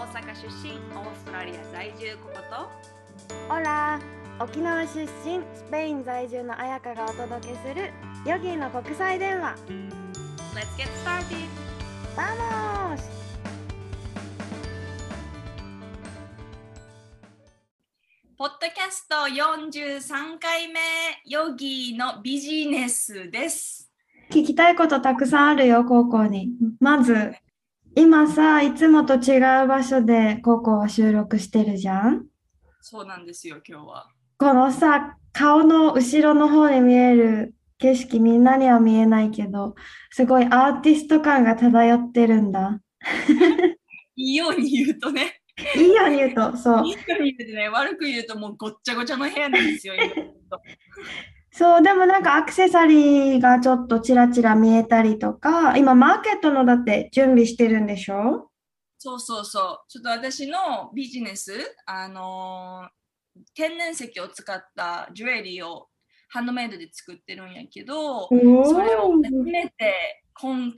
阪出身、オーストラリア在住ココとオラ、沖縄出身、スペイン在住の彩香がお届けするヨギーの国際電話。 Let's get started! ¡Vamos! ポッドキャスト43回目、ヨギーのビジネスです。 聞きたいことたくさんあるよ、ココに。まず今さ、いつもと違う場所でココは収録してるじゃん。 そうなんですよ、今日は。 このさ、顔の後ろの方に見える景色、みんなには見えないけど、すごいアーティスト感が漂ってるんだ。 いいように言うとね。 いいように言うと、そう。 いいように言うとね、悪く言うともうごっちゃごちゃの部屋なんですよ、今。 そう、でもなんかアクセサリーがちょっとちらちら見えたりとか、今マーケットのだって準備してるんでしょ？ そうそうそう。ちょっと私のビジネス、天然石を使ったジュエリーをハンドメイドで作ってるんやけど、それを初めて今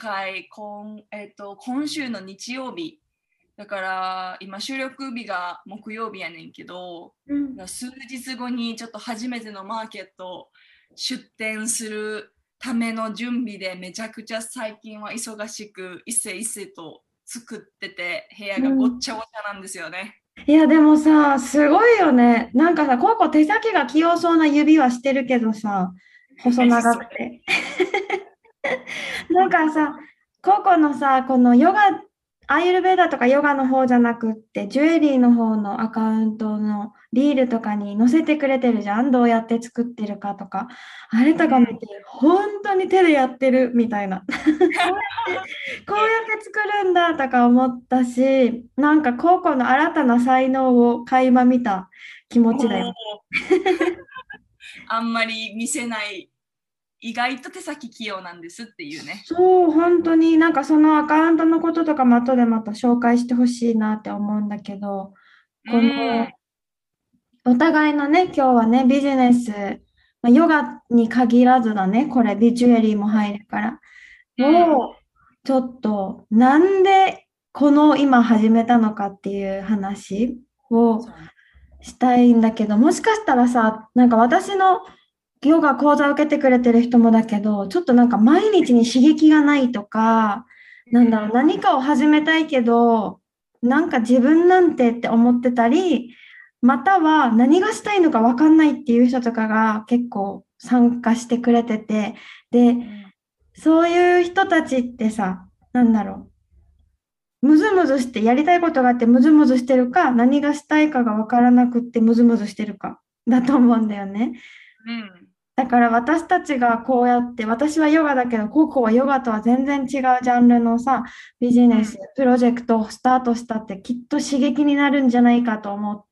週の日曜日、だから今収録日が木曜日やねんけど、数日後にちょっと初めてのマーケット出店するための準備でめちゃくちゃ最近は忙しく一世一世と作ってて部屋がごっちゃごちゃなんですよね。 いやでもさ、すごいよね。なんかさ、ココ手先が器用そうな指はしてるけどさ、細長くて。なんかさ、ココのさ、このヨガ、アーユルヴェーダとかヨガの方じゃなくって、ジュエリーの方のアカウントのリールとかに載せてくれてるじゃん。どうやって作ってるかとか。あれとか見て、本当に手でやってるみたいな。こうやって作るんだとか思ったし、なんかココの新たな才能を垣間見た気持ちだよ。 あんまり見せない、意外と手先器用なんですっていうね。 そう、本当になんかそのアカウントのこととかも後でまた紹介してほしいなって思うんだけど、このお互いのね、今日はね、ビジネス、ヨガに限らずだね、これ、ジュエリーも入るから、をちょっとなんでこの今始めたのかっていう話をしたいんだけど、もしかしたらさ、なんか私のヨガ講座を受けてくれてる人もだけど、ちょっとなんか毎日に刺激がないとか、なんだろう、何かを始めたいけど、なんか自分なんてって思ってたり、または何がしたいのか分かんないっていう人とかが結構参加してくれてて、で、そういう人たちってさ、なんだろう、ムズムズしてやりたいことがあってムズムズしてるか、何がしたいかが分からなくってムズムズしてるかだと思うんだよね。だから私たちがこうやって、私はヨガだけど、ココはヨガとは全然違うジャンルのさ、ビジネス、プロジェクトをスタートしたってきっと刺激になるんじゃないかと思って、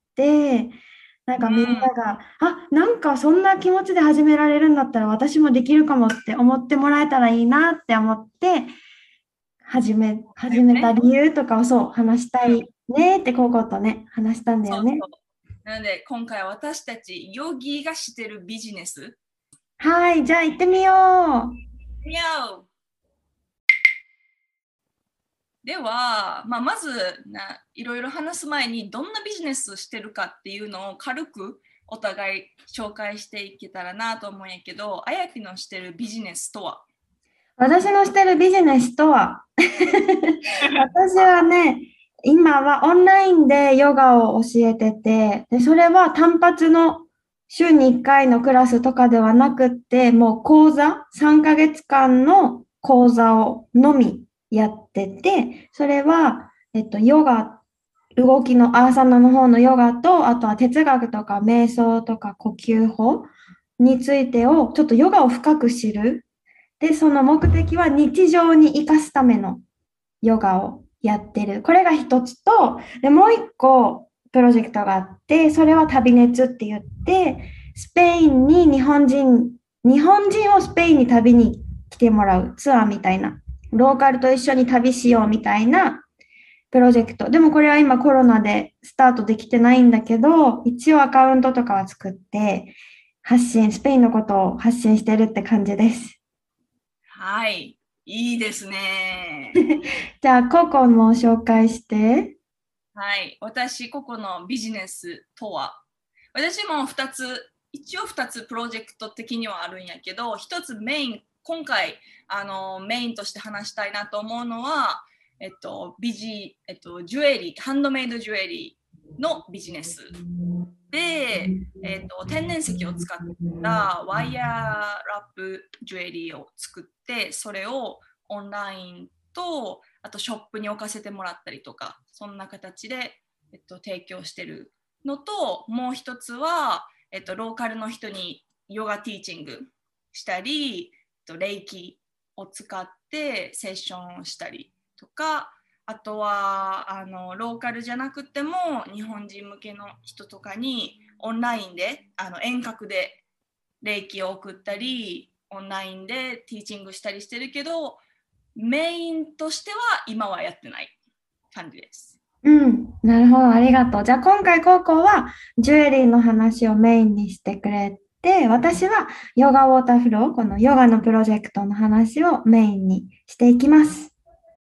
なんかみんなが、なんかそんな気持ちで始められるんだったら私もできるかもって思ってもらえたらいいなって思って、始めた理由とかをそう話したいねってココとね、話したんだよね。 なので今回は私たちヨギがしてるビジネス。 はい、じゃあ行ってみよう。 では、まずいろいろ話す前にどんなビジネスをしてるかっていうのを軽くお互い紹介していけたらなと思うんやけど、あやきのしてるビジネスとは？ 私のしてるビジネスとは私はね、今はオンラインでヨガを教えてて、でそれは単発の週に1回のクラスとかではなくって、もう講座、3ヶ月間の講座をのみやってて、それは、ヨガ、動きのアーサナの方のヨガと、あとは哲学とか瞑想とか呼吸法についてを、ちょっとヨガを深く知る。で、その目的は日常に生かすためのヨガをやってる。これが一つと、でもう一個プロジェクトがあって、それは旅熱って言って、スペインに日本人をスペインに旅に来てもらうツアーみたいな、ローカルと一緒に旅しようみたいなプロジェクト。でもこれは今コロナでスタートできてないんだけど、一応アカウントとかは作って、スペインのことを発信してるって感じです。 はい、いいですね。 じゃあ、ココも紹介して。 はい、私、ここのビジネスとは、私も一応2つプロジェクト的にはあるんやけど、1つ今回メインとして話したいなと思うのは、ジュエリー、ハンドメイドジュエリーのビジネスで、天然石を使ったワイヤーラップジュエリーを作って、それをオンラインとあとショップに置かせてもらったりとか、そんな形で、提供してるのと、もう一つは、ローカルの人にヨガティーチングしたり、レイキを使ってセッションをしたりとか、あとはローカルじゃなくても日本人向けの人とかにオンラインで遠隔でレイキを送ったり、オンラインでティーチングしたりしてるけど、メインとしては今はやってない感じです。 うん、なるほど、ありがとう。じゃあ今回ココはジュエリーの話をメインにしてくれて、私はヨガウォーターフロー、このヨガのプロジェクトの話をメインにしていきます。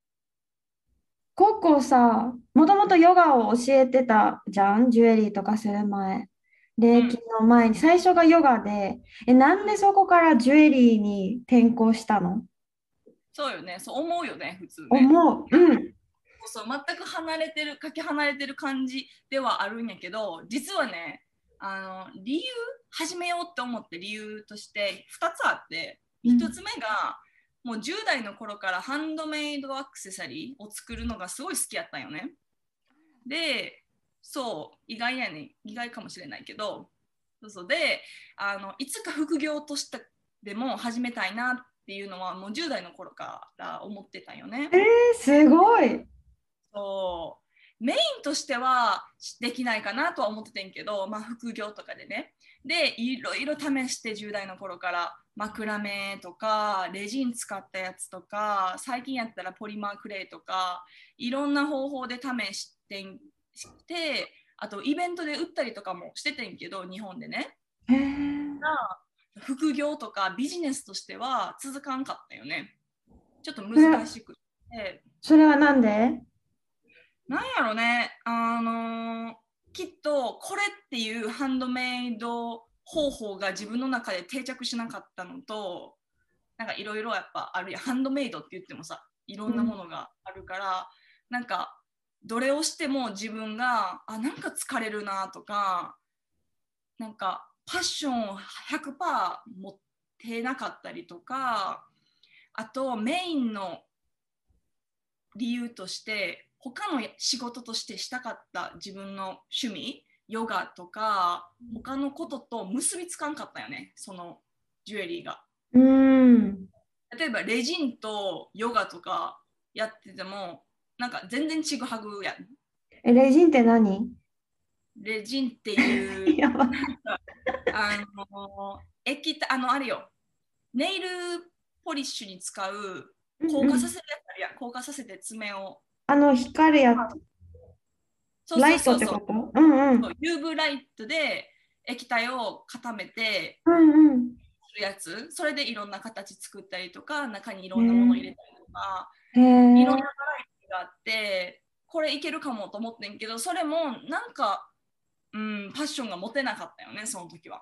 ココさ、もともとヨガを教えてたじゃん、ジュエリーとかする前。礼儀の前に、最初がヨガで、なんでそこからジュエリーに転向したの？ そうよね、そう思うよね、普通ね。 思う。うん。 そう全くかけ離れてる感じではあるんやけど、実はね、始めようって思って理由として2つあって、1つ目が、もう10代の頃からハンドメイドアクセサリーを作るのがすごい好きやったんよね。で、そう、意外かもしれないけど、で、いつか副業としてでも始めたいなっていうのはもう10代の頃から思ってたんよね。 すごい。 そうメインとしてはできないかなとは思ってたんけど、まあ、副業とかでね。で、いろいろ試して10代の頃からマクラメとかレジン使ったやつとか、最近やったらポリマークレイとか、いろんな方法で試してあとイベントで売ったりとかもしててんけど、日本でね。副業とかビジネスとしては続かんかったよね。ちょっと難しくて。 それはなんで？ なんやろね、きっとこれっていうハンドメイド方法が自分の中で定着しなかったのと、なんかいろいろやっぱあるやハンドメイドって言ってもさ、いろんなものがあるから、なんかどれをしても自分がなんか疲れるなとか、なんかパッションを100%持ってなかったりとか、あとメインの理由として他の仕事としてしたかった自分の趣味、ヨガとか他のことと結びつかんかったよね、そのジュエリーが。例えばレジンとヨガとかやっててもなんか全然ちぐはぐやん。 レジンって何？ レジンっていうやばあれよ、ネイルポリッシュに使う硬化させるやつあるやん、硬化させて爪を光るやつ。ライトってこと？ UV ライトで液体を固めてするやつ、それでいろんな形作ったりとか、中にいろんなもの入れたりとか、いろんなバラエティがあって、これいけるかもと思ってんけど、それもなんか、パッションが持てなかったよね、その時は。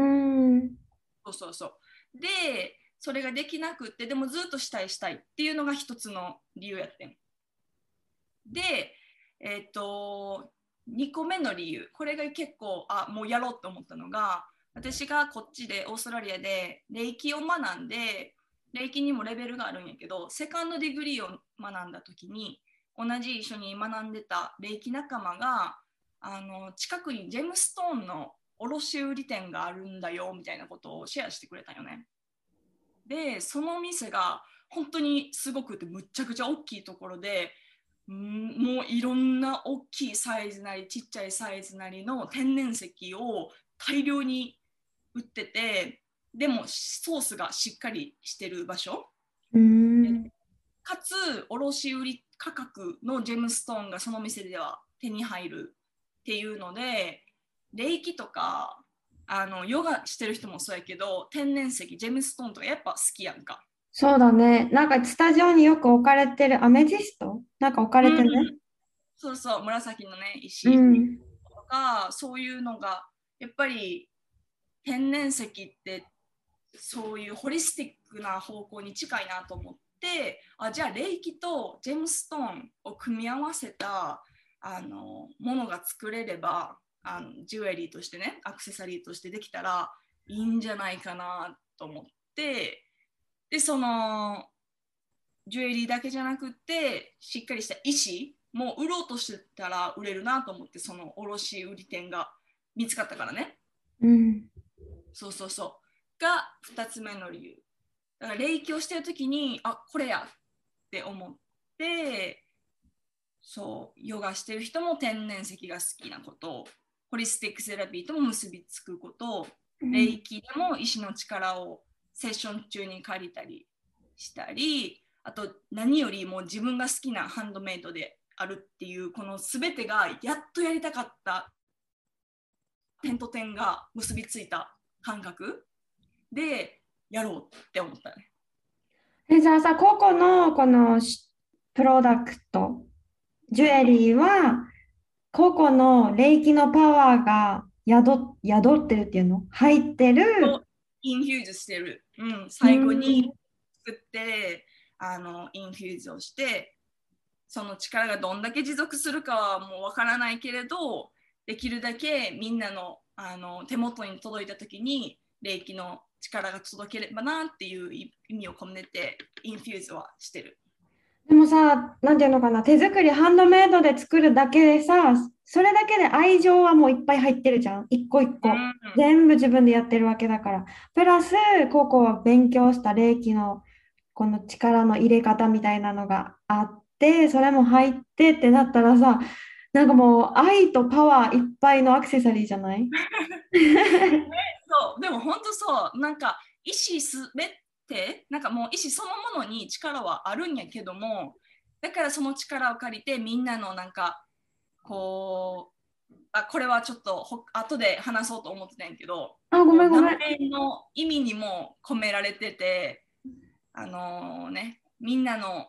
で、それができなくって、でもずっとしたいっていうのが一つの理由やってん。で、2個目の理由、これが結構もうやろうと思ったのが、私がこっちでオーストラリアでレイキを学んで、レイキにもレベルがあるんやけど、セカンドディグリーを学んだ時に同じ一緒に学んでたレイキ仲間が近くにジェムストーンの卸売店があるんだよみたいなことをシェアしてくれたよね。で、その店が本当にすごくてむっちゃくちゃ大きいところで、もういろんな大きいサイズなりちっちゃいサイズなりの天然石を大量に売ってて、でもソースがしっかりしてる場所、かつ卸売価格のジェムストーンがその店では手に入るっていうので、レイキとかヨガしてる人もそうやけど、天然石ジェムストーンとかやっぱ好きやんか。 そうだね。なんかスタジオによく置かれてるアメジストなんか置かれてるね。 そうそう、紫のね、 う石ん。 とか、そういうのが、やっぱり天然石ってそういうホリスティックな方向に近いなと思って、じゃあ霊気とジェムストーンを組み合わせたものが作れれば、ジュエリーとしてね、アクセサリーとしてできたらいいんじゃないかなと思って、でそのジュエリーだけじゃなくてしっかりした石も売ろうとしてたら売れるなと思って、その卸売店が見つかったからね。 うん。 そうそうそうが2つ目の理由だから。霊気をしてる時にこれやって思って、そうヨガしてる人も天然石が好きなこと、ホリスティックセラピーとも結びつくこと、霊気でも石の力をセッション中に借りたりしたり、あと何よりも自分が好きなハンドメイドであるっていうこの全てがやっとやりたかった点と点が結びついた感覚でやろうって思ったね。 じゃあさ、個々のこのプロダクト、ジュエリーは、個々の霊気のパワーが宿ってるっていうの入ってる。 インフューズしてる、 う最後にん。 作ってインフューズをして、その力がどんだけ持続するかはもうわからないけれど、できるだけみんなの、手元に届いた時に霊気の力が届ければなっていう意味を込めてインフューズはしてる。 でもさ、なんていうのかな、手作り、ハンドメイドで作るだけでさ、それだけで愛情はもういっぱい入ってるじゃん。一個一個。全部自分でやってるわけだから。プラス、ココは勉強した霊気のこの力の入れ方みたいなのがあって、それも入ってってなったらさ、なんかもう愛とパワーいっぱいのアクセサリーじゃない？ そうでも本当そうなんか意思すべってなんかもう意思そのものに力はあるんやけども、だからその力を借りてみんなのなんかこうこれはちょっと後で話そうと思ってたんやけど、 あ、ごこう名前めんごめん。 の意味にも込められてて、みんなの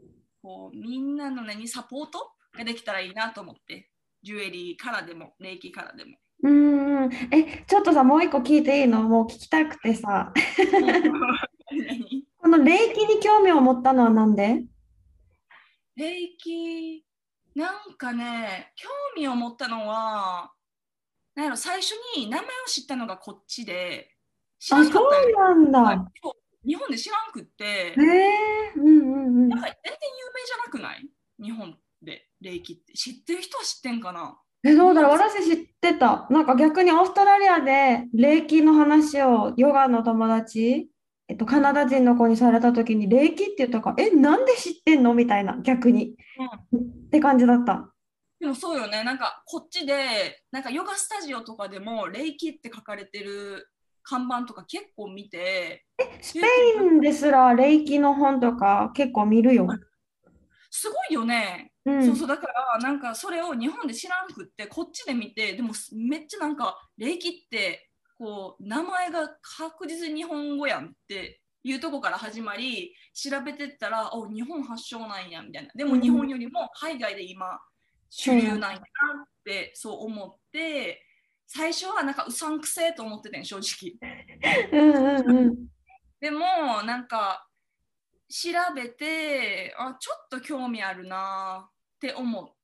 サポートができたらいいなと思って、ジュエリーからでも霊気からでも。 ちょっとさ、もう一個聞いていいの？もう聞きたくてさ。 何この霊気に興味を持ったのはなんで？ 霊気なんかね、興味を持ったのはなんやろ、最初に名前を知ったのがこっちで知あ、 らんそかったよね。 うなんはい、 だ。 日本で知らんくっへて、 え、うんうんうん。 なんか全然有名じゃなくない？日本で霊気って知ってる人は知ってんかな？ そうだろう、 日本で私知ってた。なんか逆にオーストラリアで霊気の話をヨガの友達、カナダ人の子にされた時に霊気って言ったから、なんで知ってんのみたいな、逆に。 うん、 って感じだった。 でもそうよね、なんかこっちでなんかヨガスタジオとかでも霊気って書かれてる看板とか結構見て、 スペインですら霊気の本とか結構見るよ。 すごいよね。 うん。 そうそう、だからなんかそれを日本で知らんくってこっちで見て、でもめっちゃなんか霊気ってこう名前が確実に日本語やんっていうとこから始まり、調べてったら日本発祥なんやみたいな。でも日うん。 本よりも海外で今主そうなんだ。 流なんやなってそう思って、最初はなんかうさんくせえと思ってたん正直。 うんうんうん。 でもなんか調べてちょっと興味あるなって思って、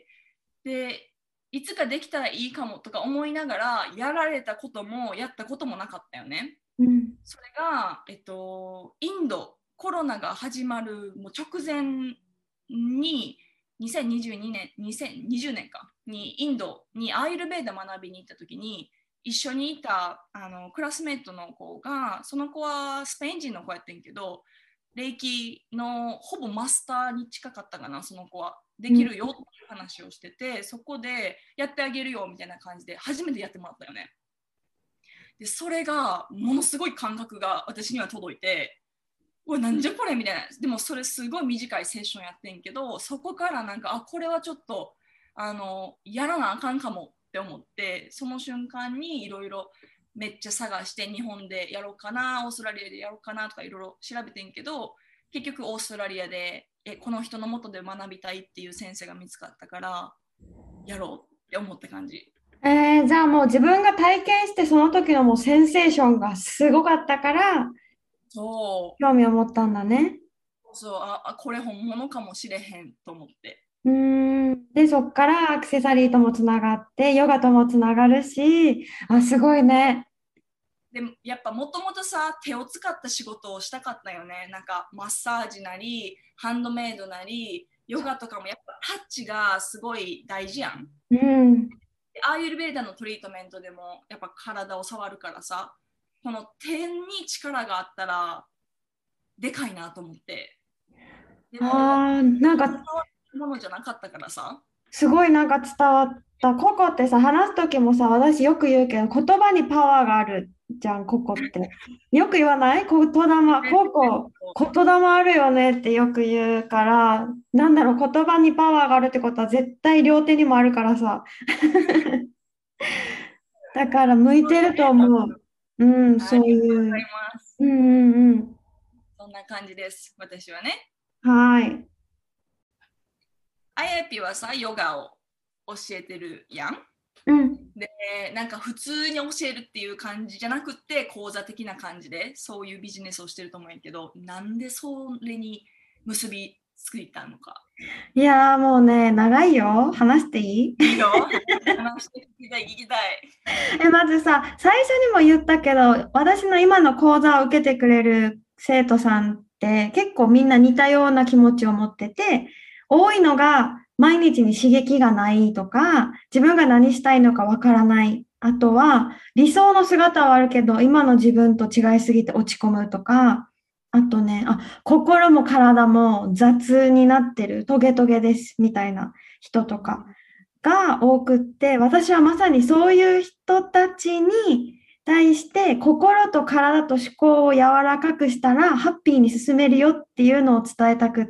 でいつかできたらいいかもとか思いながらやられたこともやったこともなかったよね。 うん。 それが、インドコロナが始まるもう直前に2022年2020年かにインドにアイルベーダ学びに行った時に、一緒にいたクラスメートの子が、その子はスペイン人の子やってんけど、霊気のほぼマスターに近かったかな、その子は。でうん。 きるよっていう話をしてて、そこでやってあげるよみたいな感じで初めてやってもらったよね。でそれがものすごい感覚が私には届いて、おいなんじゃこれみたいな。でもそれすごい短いセッションやってんけど、そこからなんかこれはちょっとやらなあかんかもって思って、その瞬間にいろいろめっちゃ探して、日本でやろうかなオーストラリアでやろうかなとかいろいろ調べてんけど、結局オーストラリアでこの人のもとで学びたいっていう先生が見つかったからやろうって思った感じ。 じゃあもう自分が体験してその時のもうセンセーションがすごかったからそ興味を持ったんだね。 うそう、これ本物かもしれへんと思って。 で、そっからアクセサリーともつながって、ヨガともつながるし、あ、すごいね。 でもやっぱもともとさ、手を使った仕事をしたかったよね。なんかマッサージなりハンドメイドなりヨガとかもやっぱタッチがすごい大事やん。 うん。 アーユルベーダのトリートメントでもやっぱ体を触るからさ、この手に力があったらでかいなと思って。でも、 なんかものじゃなかったからさ。 すごいなんか伝わった。ココってさ、話す時もさ、私よく言うけど、言葉にパワーがあるじゃん、ココって。よく言わない言霊、ココ、言霊あるよねってよく言うから、なんだろう、言葉にパワーがあるってことは絶対両手にもあるからさ。だから向いてると思う。うん、 ありそういう。 がとうございます。 うんうんうん。 そんな感じです、私はね。 はい。 あやぴはさ、ヨガを教えてるやん。 うん。 で、なんか普通に教えるっていう感じじゃなくって、講座的な感じで、そういうビジネスをしてると思うんやけど、なんでそれに結びついたのか。 いやーもうね、長いよ。話していい？ いいよ。話して聞きたい、聞きたい。 まずさ、最初にも言ったけど、私の今の講座を受けてくれる生徒さんって結構みんな似たような気持ちを持ってて、多いのが毎日に刺激がないとか、自分が何したいのかわからない。あとは理想の姿はあるけど、今の自分と違いすぎて落ち込むとか、あとね、心も体も雑になってる、トゲトゲですみたいな人とか。が多くって、私はまさにそういう人たちに対して心と体と思考を柔らかくしたらハッピーに進めるよっていうのを伝えたくって、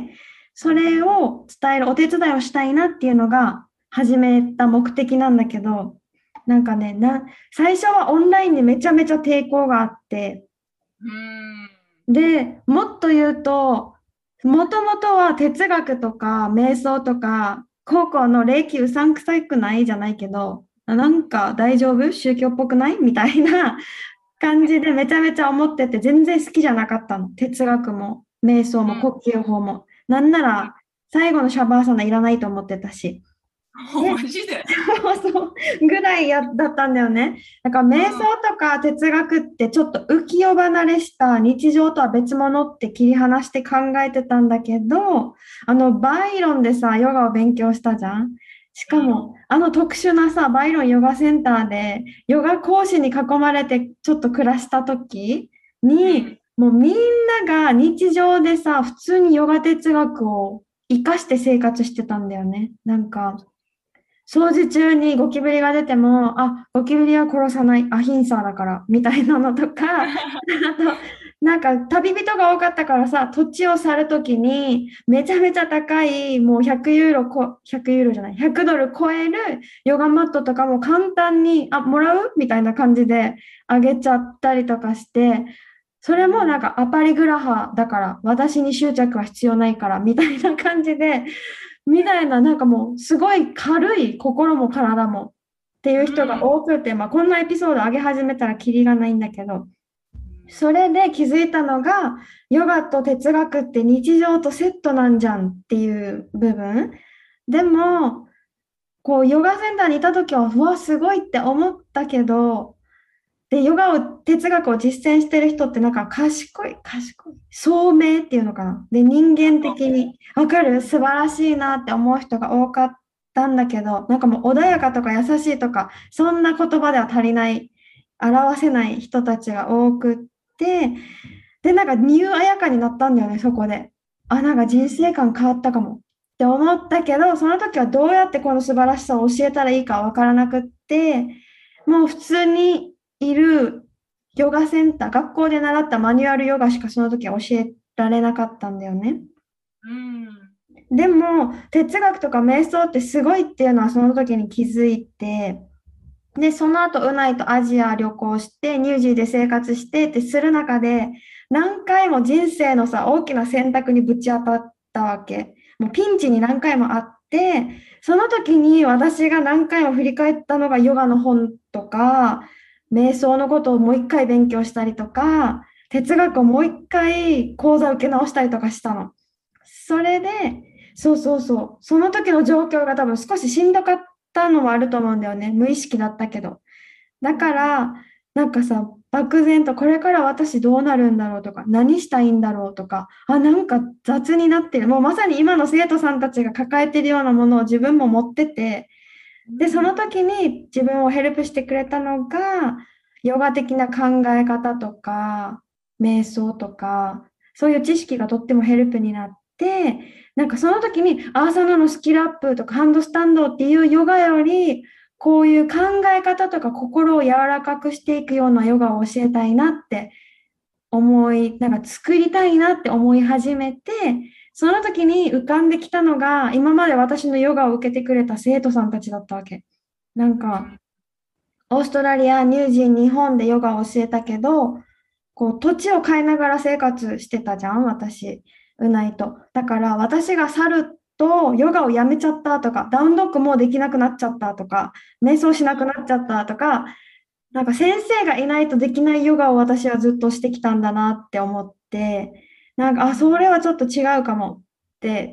それを伝えるお手伝いをしたいなっていうのが始めた目的なんだけど、なんかね、最初はオンラインにめちゃめちゃ抵抗があって、 うーん。 で、もっと言うと、もともとは哲学とか瞑想とか、高校の霊気うさんくさくないじゃないけど、なんか大丈夫宗教っぽくないみたいな感じでめちゃめちゃ思ってて、全然好きじゃなかったの。哲学も瞑想も呼吸法も。なんなら最後のシャバーサナいらないと思ってたし。 マジで。 そうぐらいだったんだよね。だから瞑想とか哲学ってちょっと浮世離れした日常とは別物って切り離して考えてたんだけど、バイロンでさ、ヨガを勉強したじゃん。しかも、特殊なさ、バイロンヨガセンターで、ヨガ講師に囲まれてちょっと暮らした時に、もうみんなが日常でさ、普通にヨガ哲学を活かして生活してたんだよね。なんか、掃除中にゴキブリが出ても、ゴキブリは殺さない、アヒンサーだから、みたいなのとか、あと、なんか旅人が多かったからさ、土地を去るときに、めちゃめちゃ高い、もう100ユーロ100ユーロじゃない、100ドル超えるヨガマットとかも簡単に、もらうみたいな感じであげちゃったりとかして、それもなんかアパリグラハだから、私に執着は必要ないから、みたいな感じで、みたいな、なんかもうすごい軽い心も体もっていう人が多くて、こんなエピソード上げ始めたらキリがないんだけど、それで気づいたのが、ヨガと哲学って日常とセットなんじゃんっていう部分。でも、こう、ヨガセンターにいた時は、うわ、すごいって思ったけど、で、哲学を実践してる人ってなんか賢い、聡明っていうのかな。で、人間的にわかる素晴らしいなって思う人が多かったんだけど、なんかもう穏やかとか優しいとか、そんな言葉では足りない、表せない人たちが多くって、で、なんかニューあやかになったんだよね、そこで。なんか人生観変わったかもって思ったけど、その時はどうやってこの素晴らしさを教えたらいいかわからなくって、もう普通にいるヨガセンター、学校で習ったマニュアルヨガしかその時は教えられなかったんだよね。でも、哲学とか瞑想ってすごいっていうのはその時に気づいて、で、その後、うないとアジア旅行して、ニュージーで生活してってする中で、何回も人生のさ、大きな選択にぶち当たったわけ。もうピンチに何回もあって、その時に私が何回も振り返ったのがヨガの本とか、瞑想のことをもう一回勉強したりとか、哲学をもう一回講座を受け直したりとかしたの。それで、そうそうそう、その時の状況が多分少ししんどかったのもあると思うんだよね。無意識だったけど。だから、なんかさ、漠然とこれから私どうなるんだろうとか、何したいんだろうとか、あ、なんか雑になってる。もうまさに今の生徒さんたちが抱えてるようなものを自分も持ってて、で、その時に自分をヘルプしてくれたのが、ヨガ的な考え方とか、瞑想とか、そういう知識がとってもヘルプになって、なんかその時にアーサナのスキルアップとかハンドスタンドっていうヨガより、こういう考え方とか心を柔らかくしていくようなヨガを教えたいなってなんか作りたいなって思い始めて、その時に浮かんできたのが、今まで私のヨガを受けてくれた生徒さんたちだったわけ。なんか、オーストラリア、ニュージー、日本でヨガを教えたけど、こう土地を変えながら生活してたじゃん、私、うないと。だから私が去るとヨガをやめちゃったとか、ダウンドッグもうできなくなっちゃったとか、瞑想しなくなっちゃったとか、なんか先生がいないとできないヨガを私はずっとしてきたんだなって思って、なんか、あ、それはちょっと違うかもって、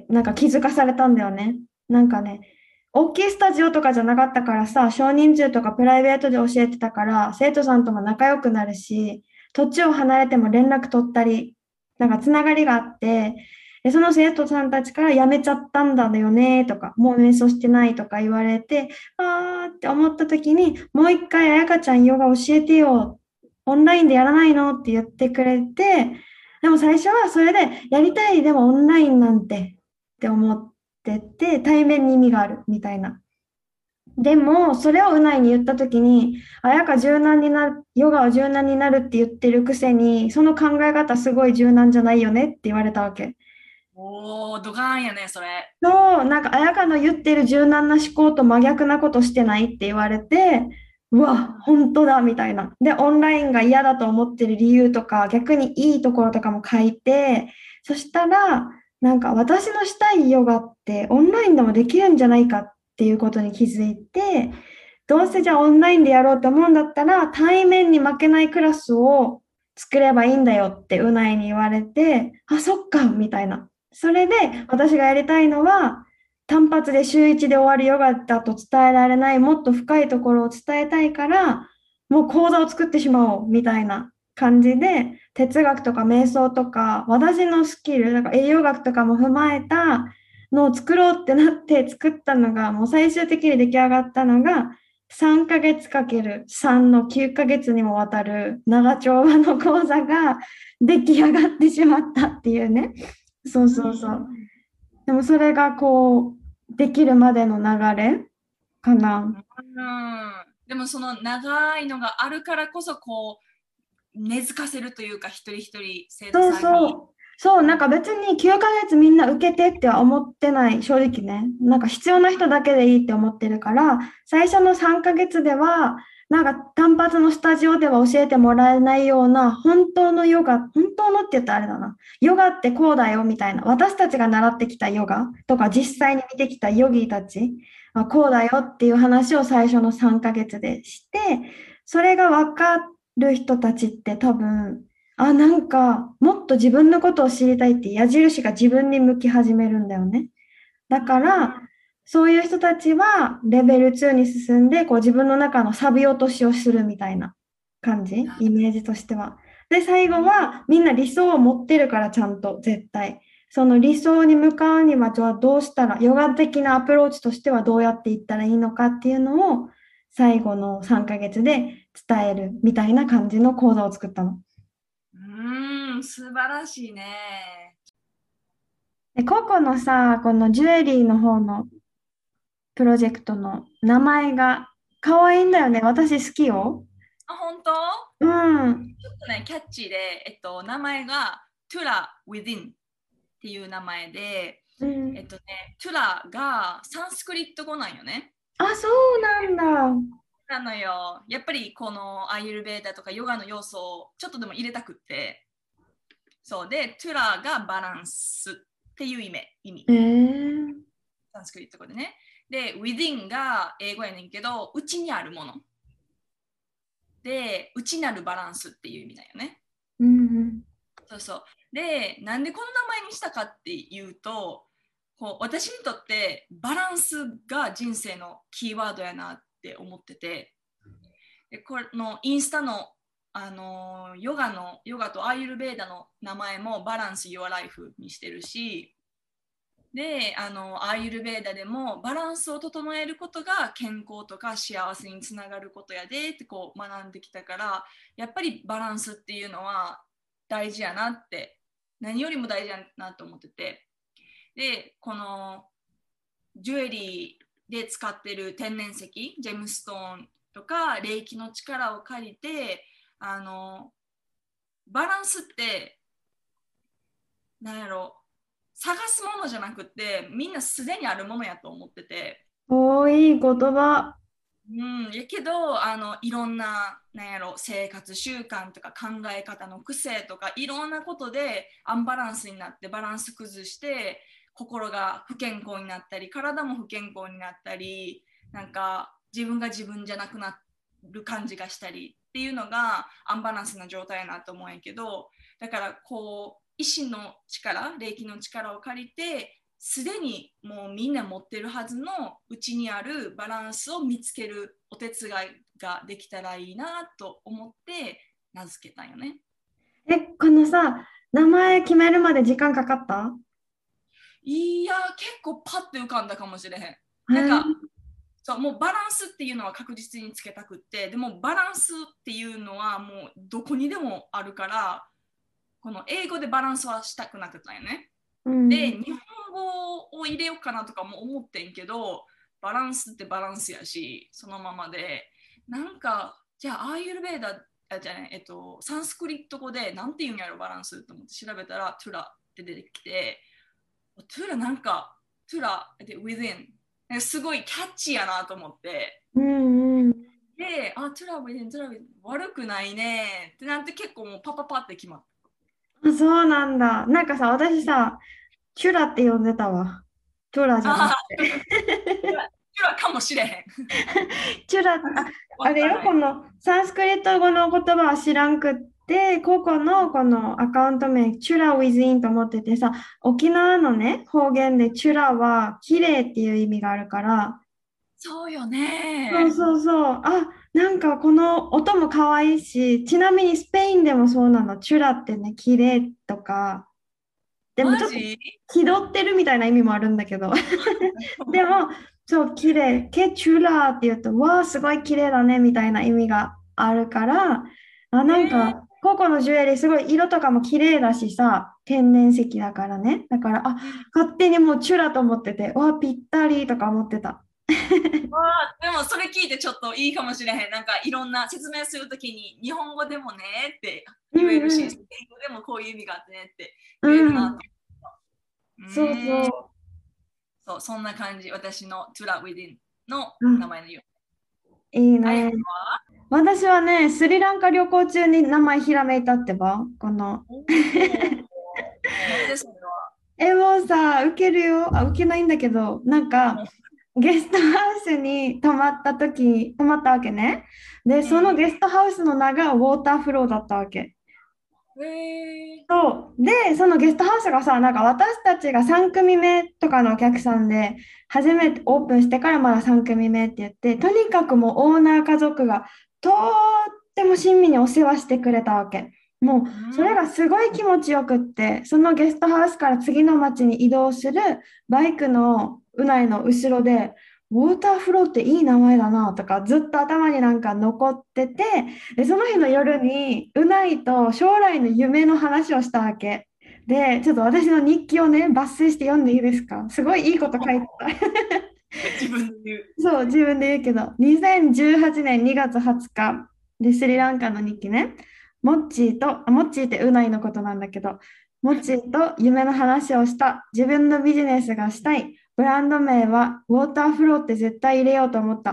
なんか気づかされたんだよね。なんかね、大きいスタジオとかじゃなかったからさ、少人数とかプライベートで教えてたから、生徒さんとも仲良くなるし、土地を離れても連絡取ったり、なんかつながりがあって、で、その生徒さんたちから辞めちゃったんだよねとか、もう瞑想してないとか言われて、あーって思った時に、もう一回、あやかちゃんヨガ教えてよ。オンラインでやらないのって言ってくれて、でも最初はそれで、やりたい、でもオンラインなんてって思ってて、対面に意味があるみたいな。でも、それをうないに言った時に、あやか柔軟になる、ヨガは柔軟になるって言ってるくせに、その考え方すごい柔軟じゃないよねって言われたわけ。 おー、ドカーンやね、それ。 そう、なんか、綾香の言ってる柔軟な思考と真逆なことしてないって言われて、うわ、本当だ、みたいな。で、オンラインが嫌だと思ってる理由とか、逆にいいところとかも書いて、そしたら、なんか、私のしたいヨガってオンラインでもできるんじゃないかっていうことに気づいて、どうせじゃあオンラインでやろうと思うんだったら、対面に負けないクラスを作ればいいんだよってうないに言われて、あ、そっか、みたいな。それで私がやりたいのは、単発で週1で終わるヨガだと伝えられないもっと深いところを伝えたいから、もう講座を作ってしまおうみたいな感じで、哲学とか瞑想とか、私のスキル、なんか栄養学とかも踏まえたのを作ろうってなって作ったのが、もう最終的に出来上がったのが、3ヶ月かける3の9ヶ月にもわたる長丁場の講座が出来上がってしまったっていうね。そうそうそう。でもそれがこう、できるまでの流れかな。 でもその長いのがあるからこそこう根付かせるというか一人一人生徒そうさんに。 そう。そう、なんか別に9ヶ月みんな受けてっては思ってない、正直ね。なんか必要な人だけでいいって思ってるから、最初の3ヶ月では、なんか単発のスタジオでは教えてもらえないような、本当のヨガ、本当のって言ったらあれだな。ヨガってこうだよみたいな。私たちが習ってきたヨガとか実際に見てきたヨギたち、こうだよっていう話を最初の3ヶ月でして、それが分かる人たちって多分、あ、なんか、もっと自分のことを知りたいって矢印が自分に向き始めるんだよね。だから、そういう人たちはレベル2に進んで、こう自分の中の錆び落としをするみたいな感じ、イメージとしては。で、最後はみんな理想を持ってるから、ちゃんと絶対。その理想に向かうには、じゃあどうしたら、ヨガ的なアプローチとしてはどうやっていったらいいのかっていうのを、最後の3ヶ月で伝えるみたいな感じの講座を作ったの。 素晴らしいね。 で、ココのさ、このジュエリーの方のプロジェクトの名前が可愛いんだよね。私好きよ。 あ、本当うん。 ちょっとね、キャッチーで、名前が Tura Within っていう名前で、 うん。 Tura がサンスクリット語なんよね。 あ、そうなんだ。 なのよ。やっぱりこのアーユルベーダとかヨガの要素をちょっとでも入れたくって。そうで、トゥラがバランス。 っていう意味。サンスクリット語でね。で、within が英語やねんけど、うちにあるもの。で、内なるバランスっていう意味だよね。そうそう。で、なんでこの名前にしたかっていうと、こう私にとってバランスが人生のキーワードやなって思ってて、でこのインスタの、ヨガとアーユルベーダの名前もバランス Your Life にしてるし、でアーユルベーダでもバランスを整えることが健康とか幸せにつながることやでってこう学んできたから、やっぱりバランスっていうのは大事やなって、何よりも大事やなと思ってて、でこのジュエリーで使ってる天然石ジェムストーンとか霊気の力を借りてバランスって何やろ、探すものじゃなくてみんなすでにあるものやと思ってて。 いい言葉。 やけどいろんな、なんやろ、生活習慣とか考え方の癖とかいろんなことでアンバランスになってバランス崩して心が不健康になったり体も不健康になったり、なんか自分が自分じゃなくなる感じがしたりっていうのがアンバランスな状態やなと思うんやけど、だからこう意志の力、霊気の力を借りてすでにもうみんな持ってるはずのうちにあるバランスを見つけるお手伝いができたらいいなと思って名付けたんよね。 このさ、名前決めるまで時間かかった？ いや結構パッて浮かんだかもしれへん。なんかそう、もうバランスっていうのは確実につけたくって、でもバランスっていうのはもうどこにでもあるから、この英語でバランスはしたくなかったんよね。で、日本語を入れようかなとかも思ってんけど、バランスってバランスやし、そのままで、なんか、じゃあ、アーユルベーダ、じゃあね、サンスクリット語でなんて言うんやろ、バランスと思って調べたら、トゥラって出てきて、トゥラなんか、トゥラで within、すごいキャッチーやなと思って、で、トゥラ within、トゥラ within、悪くないねってなんて結構もうパパパって決まった。 そうなんだ。なんかさ、私さ、チュラって呼んでたわ。チュラじゃなくて。 チュラかもしれへん。 チュラ、あれよ、このサンスクリット語の言葉は知らんくって、個々のこのアカウント名、チュラウィズインと思っててさ、沖縄のね、方言でチュラは綺麗っていう意味があるから、 そうよね。 そうそうそう。なんかこの音も可愛いし、ちなみにスペインでもそうなの。チュラってね、綺麗とか、でもちょっとマジ気取ってるみたいな意味もあるんだけど。でも、そう、綺麗。ケチュラーって言うと、わあ、すごい綺麗だねみたいな意味があるから、なんか、ココのジュエリー、すごい色とかも綺麗だしさ、天然石だからね。だから、勝手にもうチュラと思ってて、わあ、ぴったりとか思ってた。 でもそれ聞いてちょっといいかもしれへん。なんかいろんな説明するときに日本語でもねって言えるし、英語でもこういう意味があってねって言えるなと。 そうそう。 そう、そんな感じ。私の To Love Within の名前のよう。いいね。私はね、スリランカ旅行中に名前ひらめいたってば、この。なんでそれは。もうさ、受けるよ。受けないんだけど、なんか、ゲストハウスに泊まったわけね。で、そのゲストハウスの名がウォーターフローだったわけ。そう。で、そのゲストハウスがさ、なんか私たちが3組目とかのお客さんで、初めてオープンしてからまだ3組目って言って、とにかくもうオーナー家族がとっても親身にお世話してくれたわけ。もうそれがすごい気持ちよくって、そのゲストハウスから次の町に移動するバイクのうないの後ろで、ウォーターフローっていい名前だなとかずっと頭になんか残ってて、でその日の夜にうないと将来の夢の話をしたわけで、ちょっと私の日記をね抜粋して読んでいいですか？すごいいいこと書いてた。 自分で言う。 そう、自分で言うけど、2018年2月20日でスリランカの日記ね。モッチーってうないのことなんだけど、モッチーと夢の話をした。自分のビジネスがしたい。ブランド名はウォーターフローって絶対入れようと思った。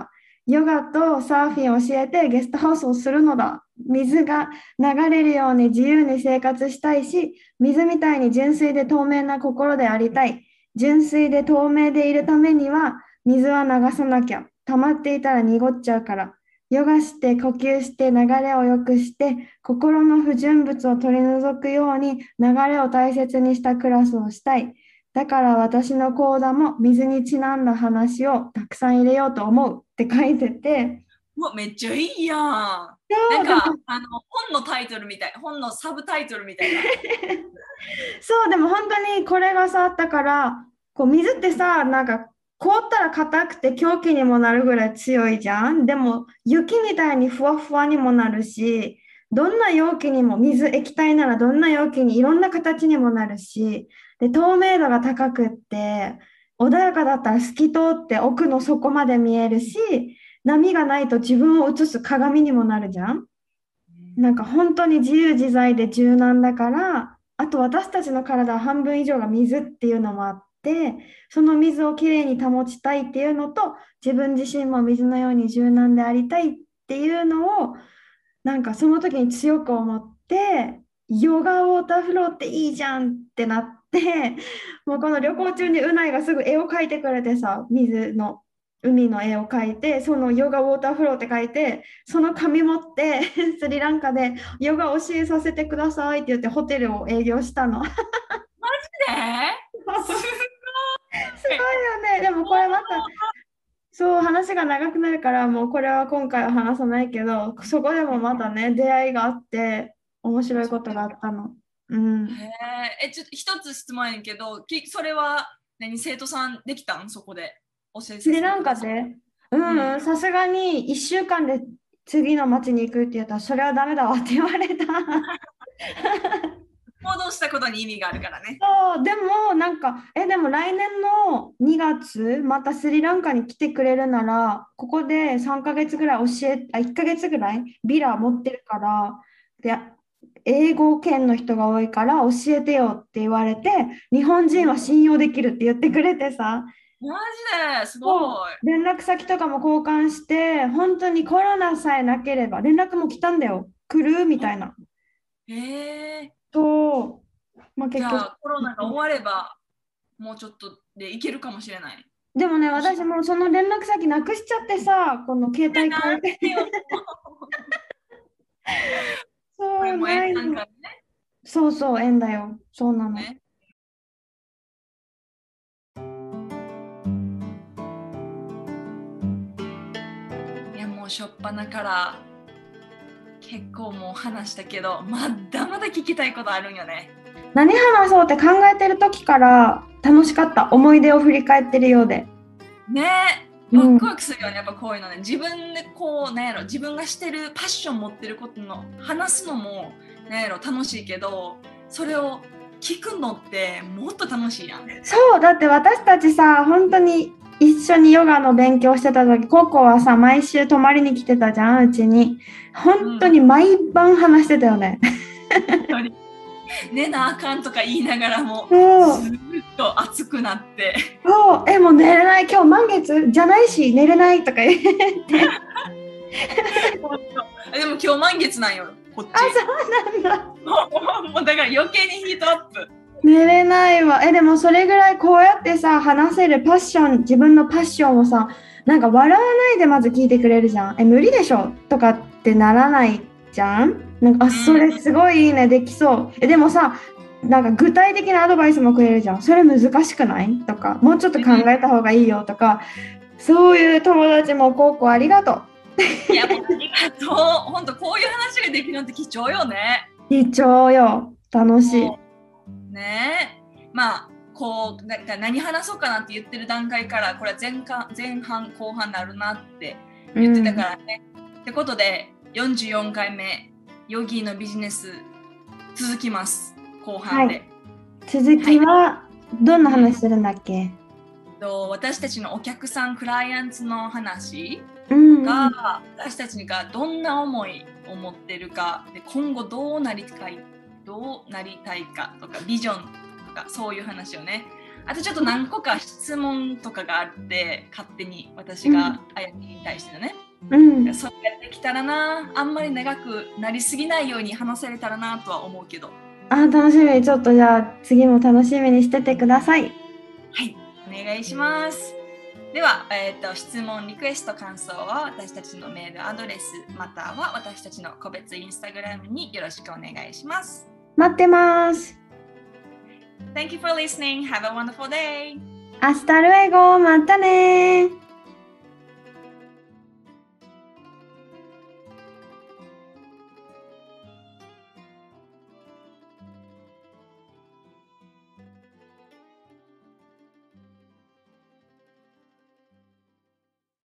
ヨガとサーフィンを教えてゲストハウスをするのだ。水が流れるように自由に生活したいし、水みたいに純粋で透明な心でありたい。純粋で透明でいるためには、水は流さなきゃ。溜まっていたら濁っちゃうから。ヨガして呼吸して流れを良くして心の不純物を取り除くように流れを大切にしたクラスをしたい。だから私の講座も水にちなんだ話をたくさん入れようと思うって書いてて、 うわ、めっちゃいいやん。なんそうでもか本のタイトルみたい、本のサブタイトルみたいな。 そうでも本当にこれがさあったからこう水ってさなんか凍ったら硬くて凶器にもなるぐらい強いじゃん。でも雪みたいにふわふわにもなるし、どんな容器にも水液体ならどんな容器にいろんな形にもなるし、で透明度が高くって穏やかだったら透き通って奥の底まで見えるし、波がないと自分を映す鏡にもなるじゃん。なんか本当に自由自在で柔軟だから、あと私たちの体は半分以上が水っていうのもあって、その水をきれいに保ちたいっていうのと、自分自身も水のように柔軟でありたいっていうのを、なんかその時に強く思って、ヨガウォーターフローっていいじゃんってなって、もうこの旅行中にうないがすぐ絵を描いてくれてさ、水の。海の絵を描いて、そのヨガウォーターフローって書いて、その紙持ってスリランカでヨガ教えさせてくださいって言ってホテルを営業したの。すすごいよね。でもこれまた、そう話が長くなるからもうこれは今回は話さないけど、そこでもまたね、出会いがあって面白いことがあったの。うん。 へえ、ちょっと一つ質問やねんけど、それは生徒さんできたんそこで教えさせスリランてください。 カで、 うん。 さすがに1週間で次の町に行くって言ったら、それはダメだわって言われた。 行動したことに意味があるからね。 そう、でもなんか、でも来年の2月、またスリランカに来てくれるなら、ここで3ヶ月ぐらい1ヶ月ぐらいビラ持ってるから、で、英語圏の人が多いから教えてよって言われて、日本人は信用できるって言ってくれてさ、 マジですごそうい。 連絡先とかも交換して、本当にコロナさえなければ、連絡も来たんだよ。来るみたいな。 へえ。 そう、まあ、 じ結局。 ゃあコロナが終わればもうちょっとでいけるかもしれない。 でもね、 教えて私もその連絡先なくしちゃってさ、この携帯変えて。 よ。こそう、 れもないの。 なんかそうそう、縁だよ。そうなの。 ね。いやもうしょっぱなから結構もう話したけど、まだまだ聞きたいことあるんよね。 何話そうって考えてる時から楽しかった。思い出を振り返ってるようで。 ねえ、ワクワクするよね、やっぱこういうのね。自分でこう、なんやろ、自分がしてるパッション持ってることの話すのも、なんやろ、楽しいけど、それを聞くのってもっと楽しいやん。 そう、だって私たちさ、本当に一緒にヨガの勉強してた時、ココはさ、毎週泊まりに来てたじゃん、うちに。本当に毎晩話してたよね。 寝なあかんとか言いながらも、 そうずっと熱くなって。 そう、もう寝れない、今日満月じゃないし、寝れないとか言って。 でも今日満月なんよ、こっち。 あ、そうなんだ。 もうだから余計にヒートアップ。 寝れないわ。でもそれぐらいこうやってさ、話せるパッション、自分のパッションをさ、なんか笑わないでまず聞いてくれるじゃん。無理でしょとかってならないじゃん。なんか、それすごいいいね、できそう。でもさ、なんか具体的なアドバイスもくれるじゃん。それ難しくないとか、もうちょっと考えた方がいいよとか、そういう友達もこうこうありがとう。 いや、もうありがとう。本当こういう話ができるのって貴重よね。 貴重よ。楽しい。 ねえ。まあ、こう何話そうかなって言ってる段階から、これは前半後半になるなって言ってたからね。ってことで、44回目、ヨギーのビジネス続きます。後半で。 はい、続きはどんな話するんだっけ？ 私たちのお客さん、クライアントの話が、私たちがどんな思いを持ってるか、で今後どうなりたいかとか、ビジョンとか、そういう話をね、 あとちょっと何個か質問とかがあって、勝手に私があやみに対してのね。それができたらな、あんまり長くなりすぎないように話せれたらなとは思うけど。 楽しみ。ちょっとじゃあ次も楽しみにしててください。 はい、お願いします。では、質問、リクエスト、感想は私たちのメールアドレス、または私たちの個別インスタグラムによろしくお願いします。 待ってます。 Thank you for listening. Have a wonderful day. Hasta luego. またね。